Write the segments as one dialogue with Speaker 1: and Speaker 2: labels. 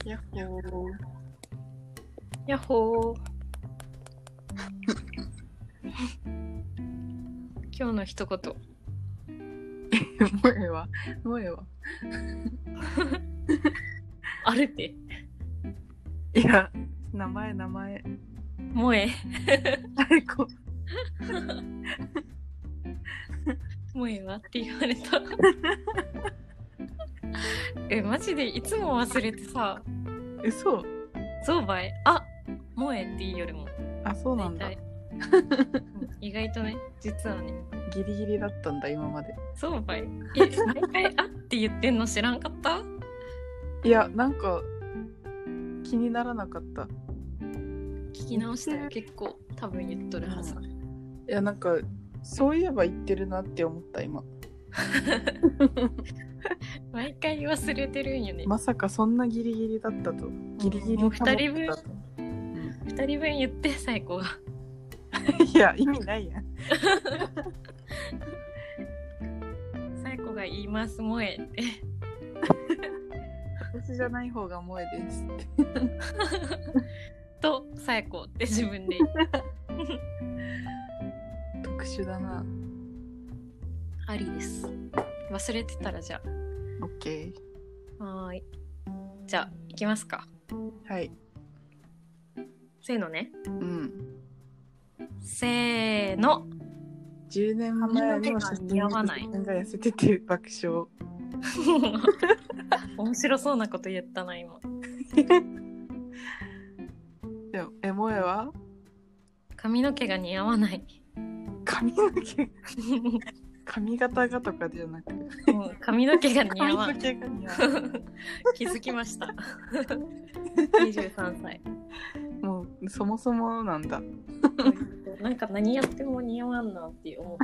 Speaker 1: やっほー。
Speaker 2: やっほー。今日の一言。
Speaker 1: もうええわ。
Speaker 2: あるって。
Speaker 1: いや、名前。
Speaker 2: 萌え。
Speaker 1: 最高。
Speaker 2: 萌えはって言われた。マジでいつも忘れてさ。
Speaker 1: 嘘。
Speaker 2: そうばい。あ、萌えって言いよるもん。
Speaker 1: あ、そうなんだ。
Speaker 2: 意外とね、実はね。
Speaker 1: ギリギリだったんだ、今まで。
Speaker 2: そうばい。毎回あって言ってんの知らんかった？
Speaker 1: いや、なんか気にならなかった。
Speaker 2: 聞き直したよ、結構。多分言っとるはず。
Speaker 1: いや、なんかそういえば言ってるなって思った今。
Speaker 2: 毎回忘れてるんよね。
Speaker 1: まさかそんなギリギリだったと。ギリギリ
Speaker 2: もう2人分、
Speaker 1: 2
Speaker 2: 人分言って最高が。
Speaker 1: いや、意味ないやん。
Speaker 2: 最高が言います、萌えって。
Speaker 1: 私じゃない方が萌えですって。
Speaker 2: と、最高って自分で。
Speaker 1: 特殊だな。
Speaker 2: ありです。忘れてたらじゃ
Speaker 1: オッケ
Speaker 2: あ。はーい。じゃあ、いきますか。
Speaker 1: ー。はい。
Speaker 2: せーのね。
Speaker 1: うん。
Speaker 2: せーの。
Speaker 1: 10年前の写真が痩せてて爆笑。
Speaker 2: 面白そうなこと言ったな今。
Speaker 1: でも萌えは
Speaker 2: 髪の毛が似合わない。
Speaker 1: 髪の毛髪型がとかじゃなく
Speaker 2: 髪の毛が似合わない。気づきました。23歳。
Speaker 1: もうそもそもなんだ。
Speaker 2: なんか何やっても似合わんなって思って。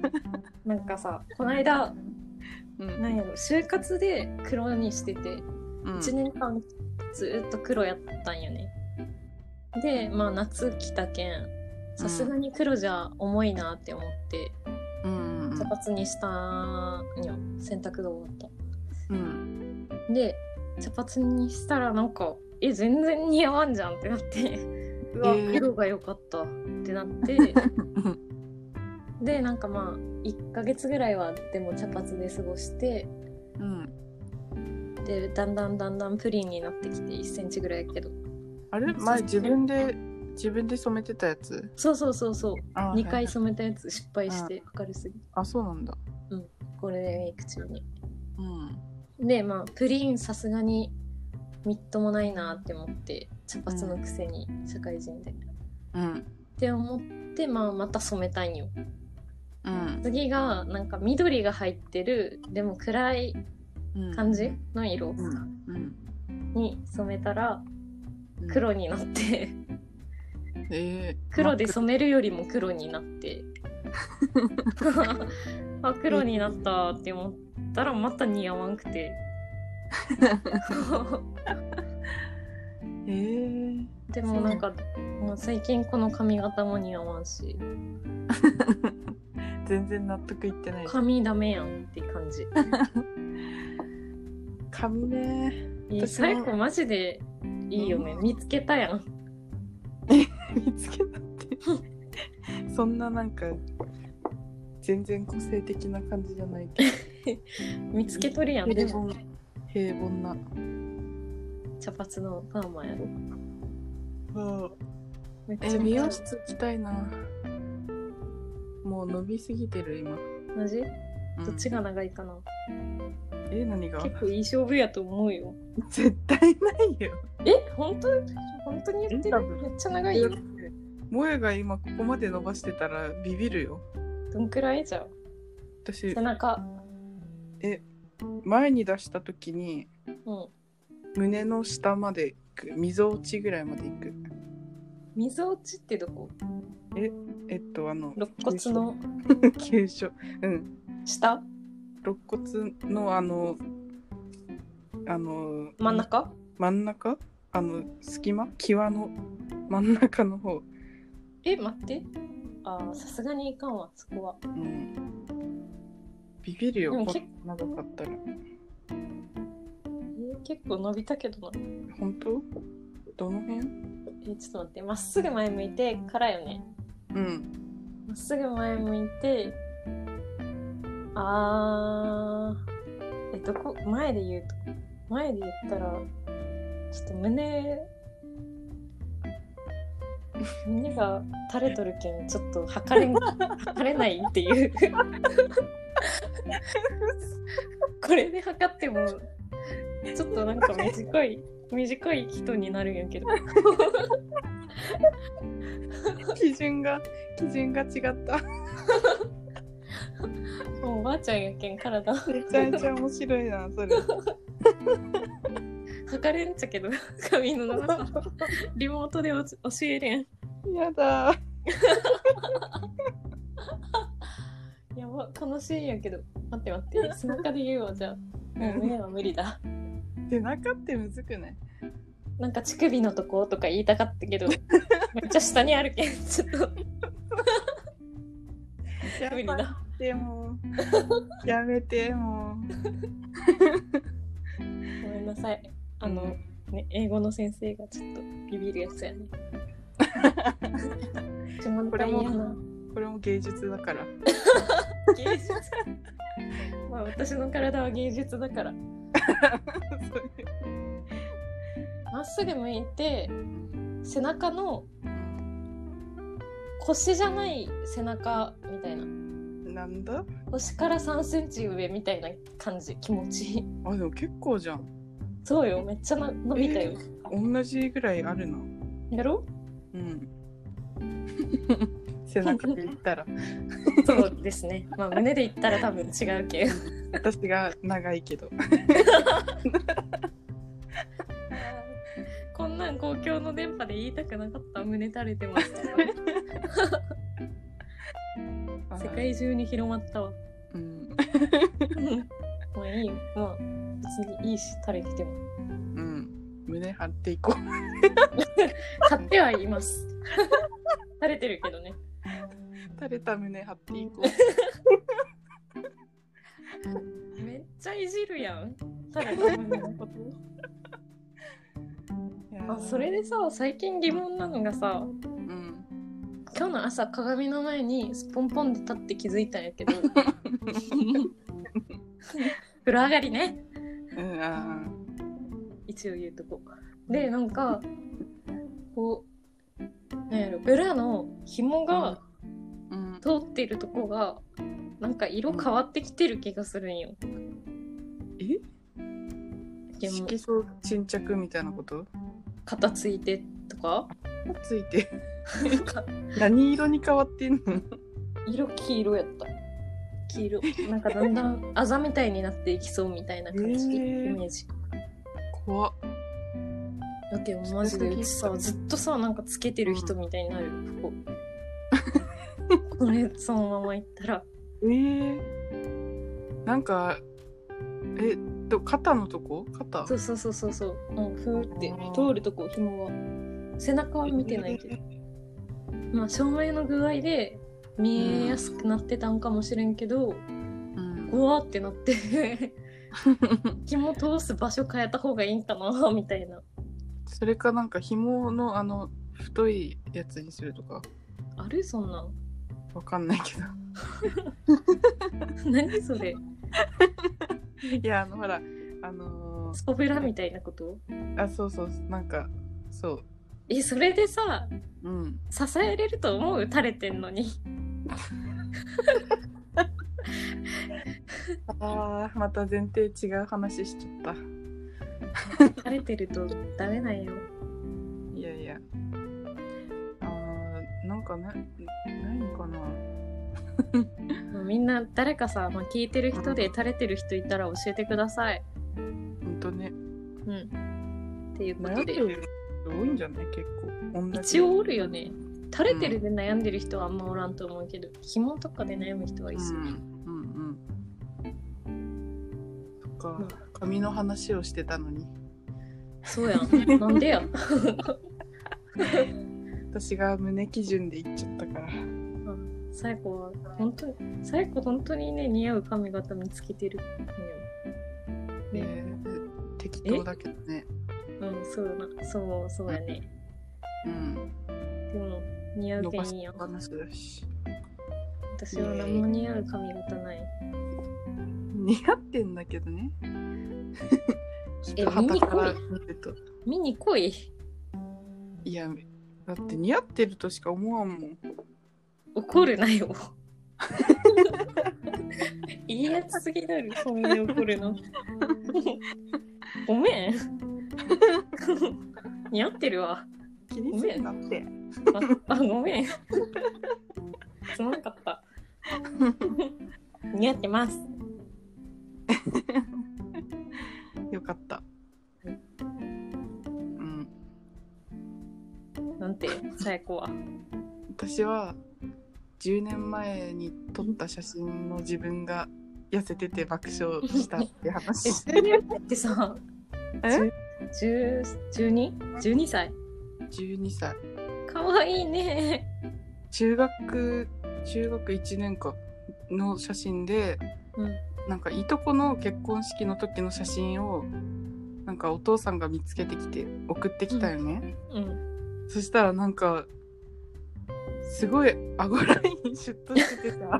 Speaker 2: なんかさ、この間、なんやろ、就活で黒にしてて、1年間ずっと黒やったんよね。で、まあ夏来たけん、さすがに黒じゃ重いなって思って、茶髪にしたんよ。洗濯が終わった。で、茶髪にしたらなんか、全然似合わんじゃんってなって、うわ、黒が良かったってなって、で、なんかまあ、1ヶ月ぐらいはでも茶髪で過ごして、で、だんだんプリンになってきて1センチぐらいやけど。
Speaker 1: あれ前自分で染めてたやつ？
Speaker 2: そう。2回染めたやつ失敗して明るすぎ。
Speaker 1: あ、そうなんだ。
Speaker 2: ゴールデンウィーク中に。で、まあ、プリンさすがにみっともないなって思って、茶髪のくせに社会人で。って思って、まあ、また染めたいんよ。次がなんか緑が入ってるでも暗い感じの色に染めたら黒になって、黒で染めるよりも黒になってあ、黒になったって思ったらまた似合わんくてでもなんか、まあ、最近この髪型も似合わんし
Speaker 1: 全然納得いってない。
Speaker 2: 髪ダメやんって感じ。
Speaker 1: 髪ね。
Speaker 2: 最後マジでいいよね。見つけたやん。
Speaker 1: 見つけたってそんななんか全然個性的な感じじゃないけど
Speaker 2: 見つけとるやん。
Speaker 1: 平凡な
Speaker 2: 茶髪のパーマやろ。
Speaker 1: 美容室行きたいな。もう伸びすぎてる今。
Speaker 2: マジ？どっちが長いかな。
Speaker 1: 何が？
Speaker 2: 結構いい勝負やと思うよ。
Speaker 1: 絶対ないよ。
Speaker 2: 本当に言ってる？めっちゃ長いよ。
Speaker 1: 萌えが今ここまで伸ばしてたらビビるよ。
Speaker 2: どんくらいじゃん？
Speaker 1: 私
Speaker 2: 背中。
Speaker 1: 前に出した時に、胸の下まで行く。溝落ちぐらいまで行く。
Speaker 2: 溝落ちってどこ？
Speaker 1: 肋
Speaker 2: 骨の
Speaker 1: 急所。
Speaker 2: 下？
Speaker 1: 肋骨の
Speaker 2: 真ん中？
Speaker 1: 隙間？際の真ん中の方。
Speaker 2: 待って。さすがにいかんわ、そこは。
Speaker 1: ビビるよ、長かったら。
Speaker 2: 結構伸びたけどな。
Speaker 1: 本当？どの辺？
Speaker 2: ちょっと待って、まっすぐ前向いてからよね。
Speaker 1: うん。
Speaker 2: まっすぐ前向いて、どこ前で言ったらちょっと胸が垂れとるけんちょっと測れないっていうこれで測ってもちょっとなんか短い人になるんやけど
Speaker 1: 基準が違った
Speaker 2: もうおばあちゃんやけん体
Speaker 1: めちゃめちゃ面白いなそれ
Speaker 2: 測れんちゃけど髪の長さリモートで教えれん。
Speaker 1: やだ
Speaker 2: やば楽しいんやけど待って背中で言うわじゃあもう胸は無理だ
Speaker 1: 背中ってむずくない？
Speaker 2: なんか乳首のとことか言いたかったけどめっちゃ下にあるけんちょっと無理だ。
Speaker 1: でもやめても
Speaker 2: ごめんなさいね、英語の先生がちょっとビビるやつやね
Speaker 1: これも芸術だから
Speaker 2: 芸術まあ私の体は芸術だからまっすぐ向いて背中の腰じゃない背中みたいな
Speaker 1: なんだ
Speaker 2: 腰から3センチ上みたいな感じ気持ちいい。
Speaker 1: あでも結構じゃん。
Speaker 2: そうよめっちゃ伸びたよ、
Speaker 1: 同じぐらいあるな。
Speaker 2: やろ
Speaker 1: うん背中で言ったら
Speaker 2: そうですねまあ胸で言ったら多分違うけど
Speaker 1: 私が長いけど
Speaker 2: こんなん公共の電波で言いたくなかった。胸垂れてます世界中に広まったわ。
Speaker 1: うん
Speaker 2: まあいいよ。まあ別にいいし垂れてても。
Speaker 1: うん。胸張っていこう。
Speaker 2: 張ってはいます。垂れてるけどね。
Speaker 1: 垂れた胸張っていこ
Speaker 2: う。めっちゃいじるやん。垂れた胸のこと。あそれでさ最近疑問なのがさ。今日の朝鏡の前にスポンポンで立って気づいたんやけど風呂上がりね、一応言うとこでなんかこうなんやろブラの紐が通っているとこがなんか色変わってきてる気がするんよ。
Speaker 1: 色素沈着みたいなこと？
Speaker 2: 肩ついてとか？
Speaker 1: ついて何色に変わってんの？
Speaker 2: 色黄色やった。黄色なんかだんだんあざみたいになっていきそうみたいな感じ、イメージ。
Speaker 1: 怖っ。
Speaker 2: だけどマジでうちさずっとさなんかつけてる人みたいになる、これそのままいったら
Speaker 1: なんか肩のとこ？肩？
Speaker 2: そう、ふーって通るとこ紐が背中は見てないけど、まあ照明の具合で見えやすくなってたんかもしれんけど、ゴワーってなって紐通す場所変えた方がいいんかなみたいな。
Speaker 1: それかなんか紐の太いやつにするとか
Speaker 2: ある？そんなん
Speaker 1: わかんないけど
Speaker 2: 何それ
Speaker 1: いやほら
Speaker 2: スポブラみたいなこと？
Speaker 1: そうなんかそう
Speaker 2: それでさ、支えれると思う？垂れてんのに
Speaker 1: また前提違う話しちゃった
Speaker 2: 垂れてるとダメなんよ。
Speaker 1: いやなんかないのかな
Speaker 2: みんな誰かさ、聞いてる人で垂れてる人いたら教えてください。
Speaker 1: ほんとね。
Speaker 2: っていうことで
Speaker 1: 多いんじゃない？結構
Speaker 2: 一応おるよね。垂れてるで悩んでる人はあんまおらんと思うけど、紐とかで悩む人はいそう。
Speaker 1: そっか、髪の話をしてたのに。
Speaker 2: そうやん。なんでや
Speaker 1: 私が胸基準で言っちゃったから。
Speaker 2: サイコ本当にね似合う髪型見つけてる。
Speaker 1: 適当だけどね。
Speaker 2: そうやね。
Speaker 1: うん。
Speaker 2: でも似合うけんいいやん。
Speaker 1: 話だし。
Speaker 2: 私は何も似合う髪型ない。
Speaker 1: 似合ってんだけどね。
Speaker 2: 見に来い。
Speaker 1: いや、だって似合ってるとしか思わんもん。
Speaker 2: 怒るなよ。いいやつすぎだろ、そんなに怒るの。ごめん。似合ってるわ。
Speaker 1: 気にするなって。
Speaker 2: ごめん。すまなかった。似合ってます。
Speaker 1: よかった。うん。
Speaker 2: なんて、さやこは。
Speaker 1: 私は10年前に撮った写真の自分が痩せてて爆笑したって話。
Speaker 2: 10年前ってさ、12歳
Speaker 1: ?12 歳。
Speaker 2: かわいいね。
Speaker 1: 中学1年かの写真で、なんかいとこの結婚式の時の写真をなんかお父さんが見つけてきて送ってきたよね。そしたらなんかすごい顎ラインシュッとしててさ。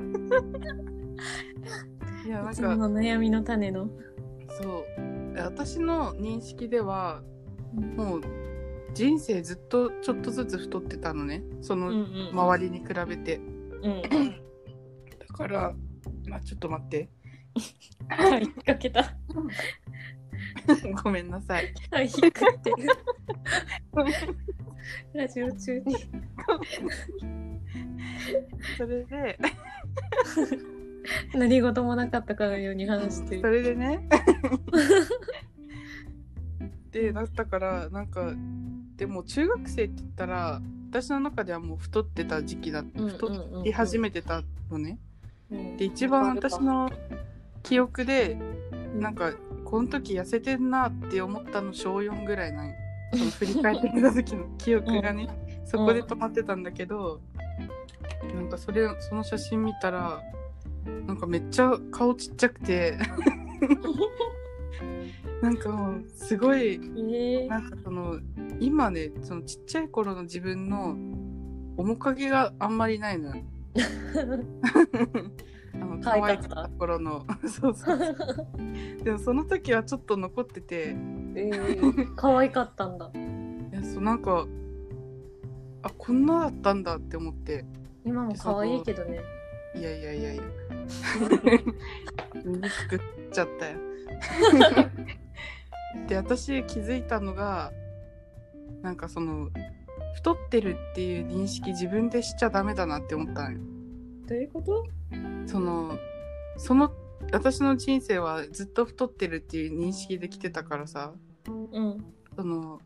Speaker 1: いや、なんか
Speaker 2: その悩みの種の。
Speaker 1: そう。私の認識では、もう人生ずっとちょっとずつ太ってたのね。その周りに比べて。だから、まあちょっと待って。
Speaker 2: 引っ掛けた。
Speaker 1: ごめんなさい。
Speaker 2: 引っ掛けてる。ラジオ中に。
Speaker 1: それで
Speaker 2: 何事もなかったかのように話してる。
Speaker 1: それでねでだったからなんかでも中学生って言ったら私の中ではもう太ってた時期だ、太り始めてたのね、で一番私の記憶でなんかこの時痩せてんなって思ったの小4ぐらいなんよ。その振り返ってみた時の記憶がね、そこで止まってたんだけど、なんかその写真見たらなんかめっちゃ顔ちっちゃくてなんかもうすごい、なんかその今ねそのちっちゃい頃の自分の面影があんまりないのよ。可愛かった頃のそうでもその時はちょっと残ってて、
Speaker 2: 可愛かったんだ。
Speaker 1: いやそうなんかこんなだったんだって思って。
Speaker 2: 今も可愛いけどね。
Speaker 1: いや耳作っちゃったよで私気づいたのがなんかその太ってるっていう認識自分でしちゃダメだなって思ったのよ。
Speaker 2: どういうこと？
Speaker 1: その私の人生はずっと太ってるっていう認識できてたからさ、その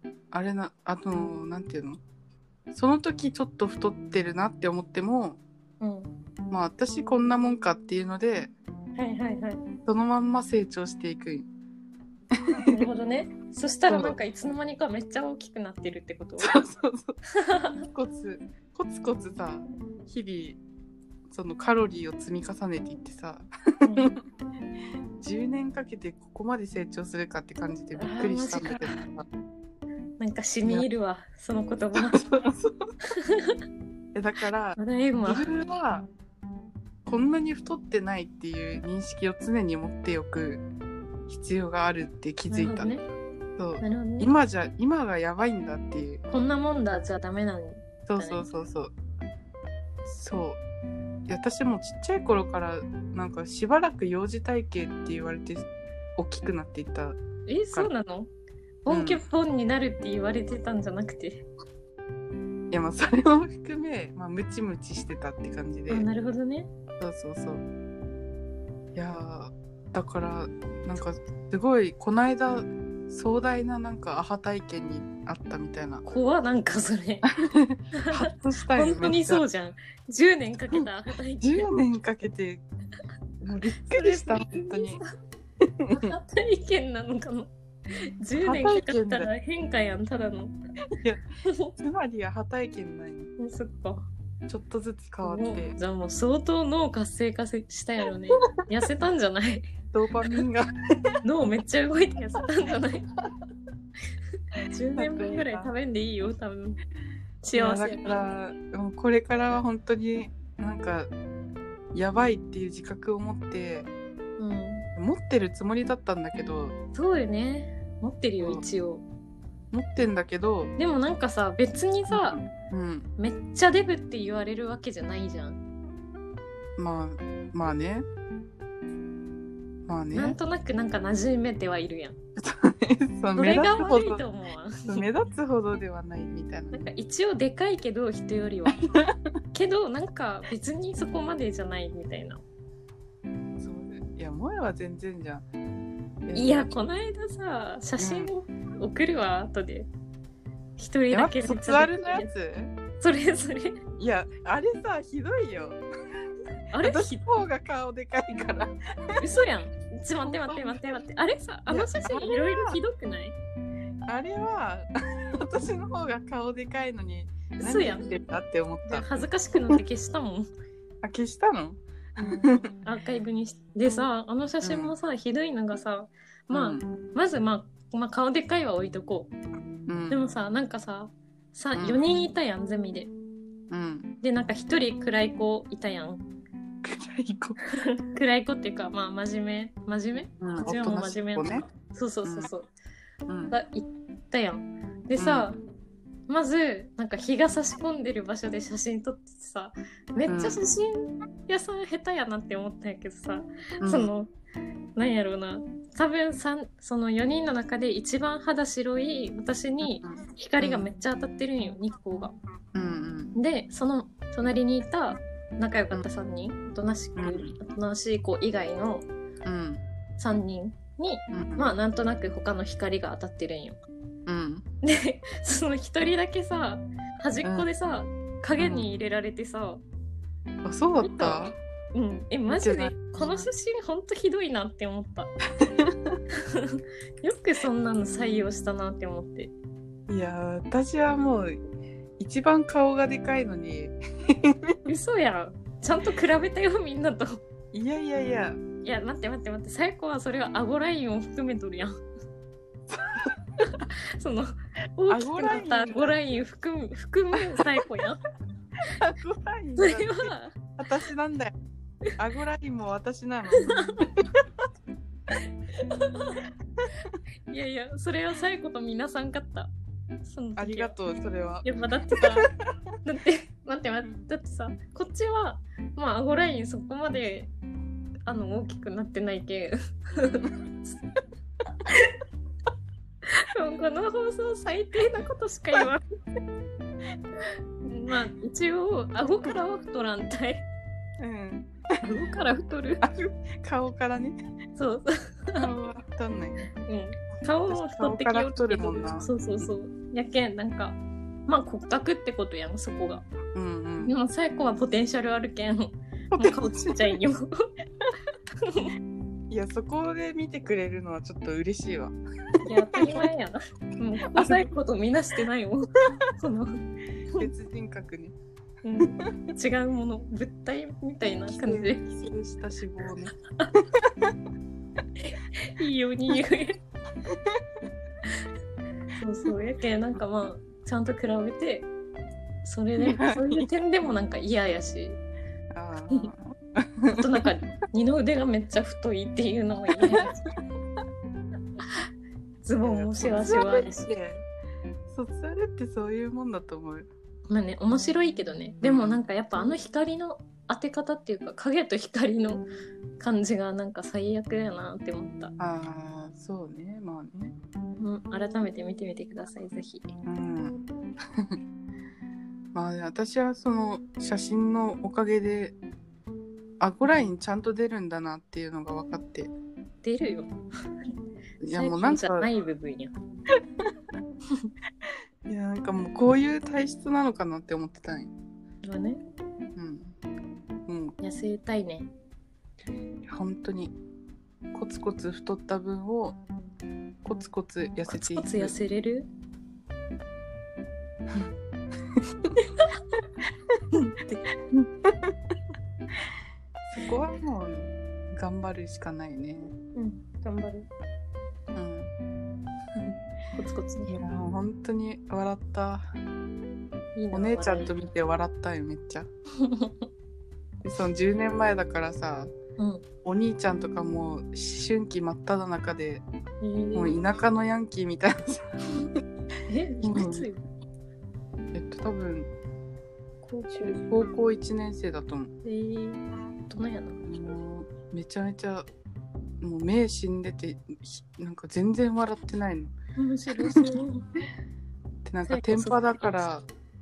Speaker 1: なんていうの、その時ちょっと太ってるなって思っても、まあ私こんなもんかっていうので、そのまんま成長していくん。
Speaker 2: なるほどね。そしたらなんかいつの間にかめっちゃ大きくなってるってこと？
Speaker 1: そうコツコツさ日々そのカロリーを積み重ねていってさ、10年かけてここまで成長するかって感じでびっくりしたんだけどさ、
Speaker 2: なんか染み入るわその言葉
Speaker 1: だから自分はこんなに太ってないっていう認識を常に持っておく必要があるって気づいた。そう、今がやばいんだっていう、
Speaker 2: こんなもんだじゃダメなんだ、ね、
Speaker 1: そう私もちっちゃい頃からなんかしばらく幼児体型って言われて大きくなっていった。
Speaker 2: そうなの？ボンキョボンになるって言われてたんじゃなくて、
Speaker 1: いやまあそれも含め、まあ、ムチムチしてたって感じで。
Speaker 2: なるほどね。
Speaker 1: そういやだからなんかすごいこの間壮大ななんかアハ体験にあったみたいな。
Speaker 2: 怖なんかそれ
Speaker 1: ハッとしたい。
Speaker 2: 本当にそうじゃん。10年かけたアハ体験。
Speaker 1: 10年かけてもうびっくりした本当に。
Speaker 2: アハ体験なのかな。10年かかったら変化やんただの。
Speaker 1: いやつまりアハ体験ないの。
Speaker 2: そっか。
Speaker 1: ちょっとずつ変わって。
Speaker 2: じゃあもう相当脳活性化したやろね。痩せたんじゃない？
Speaker 1: ドーパミンが
Speaker 2: 脳めっちゃ動いてやつなんじゃない10年分ぐらい食べんでいいよ多分。幸せ
Speaker 1: だからもうこれからは本当になんかやばいっていう自覚を持って、持ってるつもりだったんだけど。
Speaker 2: そうよね、持ってるよ一応。
Speaker 1: 持ってんだけど、
Speaker 2: でもなんかさ別にさ、めっちゃデブって言われるわけじゃないじゃん。
Speaker 1: まあね。
Speaker 2: なんとなくなんか馴染めてはいるやん。
Speaker 1: そ
Speaker 2: れが悪いと思うわ。
Speaker 1: 目立つほどではないみたいな。
Speaker 2: なんか一応でかいけど人よりはけどなんか別にそこまでじゃないみたいな。
Speaker 1: そういや萌えは全然じゃん。
Speaker 2: いやこの間さ写真送るわ、後で一人だけ
Speaker 1: 卒アルのやつ。
Speaker 2: それ
Speaker 1: いやあれさひどいよ。
Speaker 2: あれ
Speaker 1: 私方が顔でかいから
Speaker 2: 嘘やん。待ってあれさ、あの写真いろいろひどくない？
Speaker 1: あれは私の方が顔でかいのに
Speaker 2: 嘘やん
Speaker 1: ってたって思った。
Speaker 2: 恥ずかしくなって消したもん
Speaker 1: あ、消したの？
Speaker 2: アーカイブにしてさ、あの写真もさ、ひどいのがさ、まず顔でかいは置いとこう、でもさ、なんかさ4人いたやんゼミで、でなんか1人暗い子いたやん。暗い子っていうか真面目、こっちはもう真面目な、そうがいたやん。でさ、まずなんか日が差し込んでる場所で写真撮ってさ、めっちゃ写真屋さん下手やなって思ったんやけどさ、そのなんやろうな、多分その4人の中で一番肌白い私に光がめっちゃ当たってるんよ、日光が。でその隣にいた仲良かった3人、おとなしい子以外の3人に、なんとなく他の光が当たってるんよ。でその1人だけさ端っこでさ、影に入れられてさ、
Speaker 1: あ、そうだった？
Speaker 2: マジでこの写真ほんとひどいなって思ったよくそんなの採用したなって思って。
Speaker 1: いや私はもう一番顔がでかいのに
Speaker 2: 嘘やん、ちゃんと比べたよみんなと。
Speaker 1: いや
Speaker 2: 待って最後はそれは顎ラインを含めとるやんその大きくなった顎ライン含む最後やん
Speaker 1: 顎ライン
Speaker 2: それは
Speaker 1: 私なんだよ。顎ラインも私なの
Speaker 2: いやそれは最後と皆さんかった。
Speaker 1: ありがとう。それは
Speaker 2: やっぱだってさだってさ、こっちは顎ラインそこまで大きくなってないけこの放送最低なことしか言わない一応顎からは太らんたい。顎から太る。
Speaker 1: 顔からね。
Speaker 2: そう
Speaker 1: 顔は太んない。
Speaker 2: 顔も太ってきよ
Speaker 1: 太るもんな。
Speaker 2: そうやけんなんか骨格ってことやんそこが。でも最後はポテンシャルあるけん顔ちっちゃいよ
Speaker 1: いやそこで見てくれるのはちょっと嬉しいわ。
Speaker 2: いや当たり前やな。もうここ最後とみなしてないもんその
Speaker 1: 別人格に、
Speaker 2: 違うもの、物体みたいな感じで
Speaker 1: 寄生した脂肪ね
Speaker 2: いいように言えそうやけんなんかちゃんと比べてそういう点でもなんか嫌やしあとなんか二の腕がめっちゃ太いっていうのも嫌やしズボンもシワシワやし。
Speaker 1: 卒アルってそういうもんだと思う。
Speaker 2: 面白いけどね。でもなんかやっぱ光の当て方っていうか影と光の感じがなんか最悪やなって思った。
Speaker 1: そうね、
Speaker 2: 改めて見てみてくださいぜひ。
Speaker 1: 私はその写真のおかげで顎ラインちゃんと出るんだなっていうのが分かって。
Speaker 2: 出るよ。
Speaker 1: いやもうなんか
Speaker 2: じゃない部分や。
Speaker 1: いやなんかもうこういう体質なのかなって思ってたんよ。
Speaker 2: 痩せたいね。
Speaker 1: 本当にコツコツ太った分をコツコツ痩せていく。
Speaker 2: コツコツ痩せれる？
Speaker 1: そこはもう頑張るしかないね。
Speaker 2: 頑張る。コツコツね。
Speaker 1: いや本当に笑った。
Speaker 2: いいな、
Speaker 1: お姉ちゃんと見て笑ったよめっちゃ。でその10年前だからさ、お兄ちゃんとかも思春期真っ只中で、もう田舎のヤンキーみたいなさ。
Speaker 2: いくつよ。
Speaker 1: 多分高校1年生だと思う。
Speaker 2: 大人やな。
Speaker 1: めちゃめちゃもう目死んでて、なんか全然笑ってないの。
Speaker 2: 面白そう。
Speaker 1: でなんかテンパだから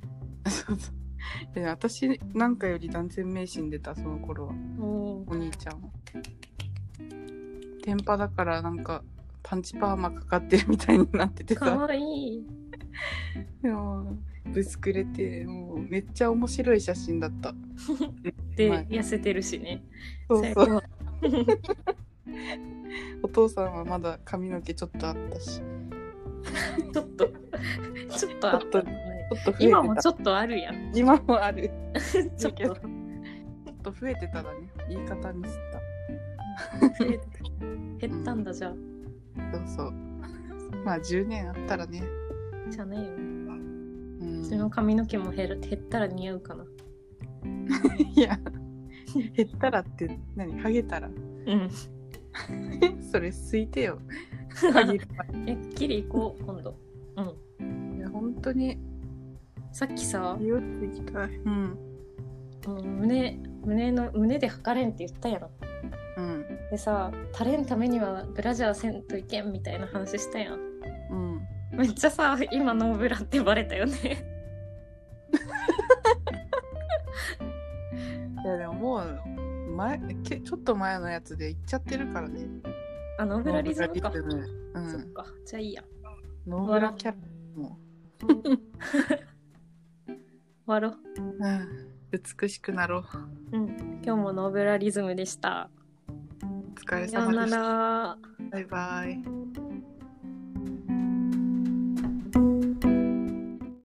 Speaker 1: 私なんかより断然目死んでた、その頃は。お兄ちゃんはテンパだからなんかパンチパーマかかってるみたいになっててさ、
Speaker 2: かわいい。
Speaker 1: でもぶつくれて、もうめっちゃ面白い写真だった。
Speaker 2: で、痩せてるしね。
Speaker 1: そうそうお父さんはまだ髪の毛ちょっとあったし
Speaker 2: ちょっとあったね。今もちょっとあるやん。
Speaker 1: 今もある
Speaker 2: ちょっ
Speaker 1: と増えてたらね、言い方ミス
Speaker 2: った減ったんだ。じゃあ
Speaker 1: そうまあ10年あったらね。
Speaker 2: じゃねえよ。うちの髪の毛も減ったら似合うかな。
Speaker 1: いや減ったらって何、ハゲたらそれすいてよ。
Speaker 2: きり行こう今度。
Speaker 1: いや本当に
Speaker 2: さっきさ、
Speaker 1: 言っていきたい。
Speaker 2: 胸で測れんって言ったやん。でさ、垂れんためにはブラジャーせんといけんみたいな話したやん。めっちゃさ、今ノーブラってバレたよね。
Speaker 1: いやでももうちょっと前のやつで言っちゃってるからね。
Speaker 2: ノーブラリズムか。
Speaker 1: そっ
Speaker 2: か、じゃあいいや。
Speaker 1: ノーブラキャラも
Speaker 2: 終わろう。
Speaker 1: 美しくなろう。
Speaker 2: 今日もノーブラリズムでした。
Speaker 1: お疲れ様でした。
Speaker 2: さよなら。
Speaker 1: バイバイ。